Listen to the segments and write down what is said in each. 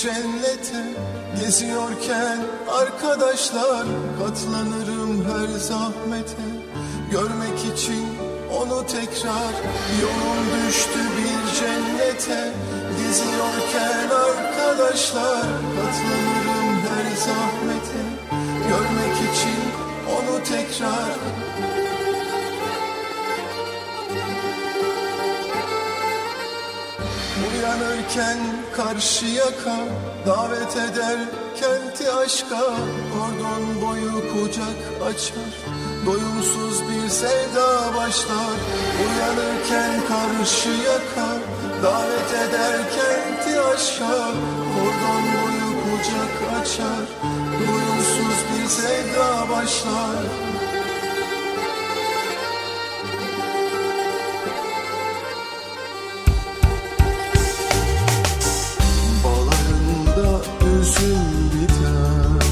cennete. Geziyorken arkadaşlar katlanırım her zahmete. Görmek için onu tekrar, yolum düştü bir cennete. Geziyorken arkadaşlar katlanırım her zahmete. Görmek için onu tekrar. Uyanırken karşı yaka davet eder kenti aşka. Kordon boyu kucak açar, doyumsuz bir sevda başlar. Uyanırken karşı yaka davet eder kenti aşka. Kordon boyu kucak açar, doyumsuz bir sevda başlar. Üzüm biter,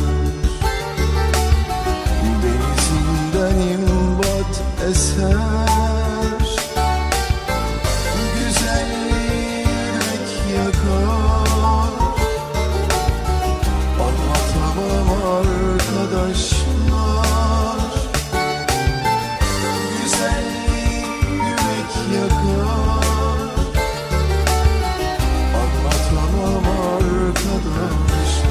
denizinden imbat eser. Güzellik yakar, anlatamam arkadaşlar. Güzellik yürek yakar, anlatamam arkadaşlar.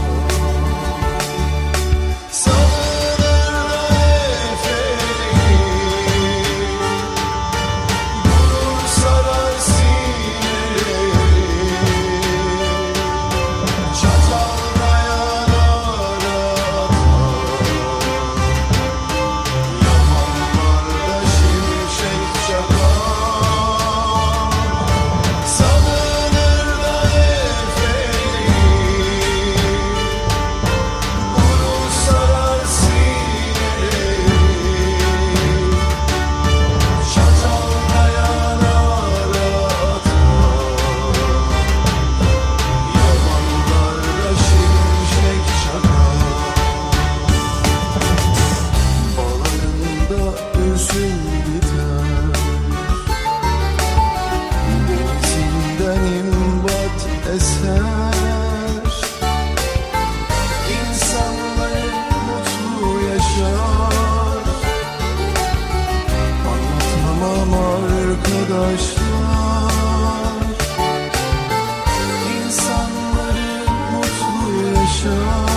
İnsanlar mutlu yaşar, anlatamam arkadaşlar. İnsanları mutlu yaşar.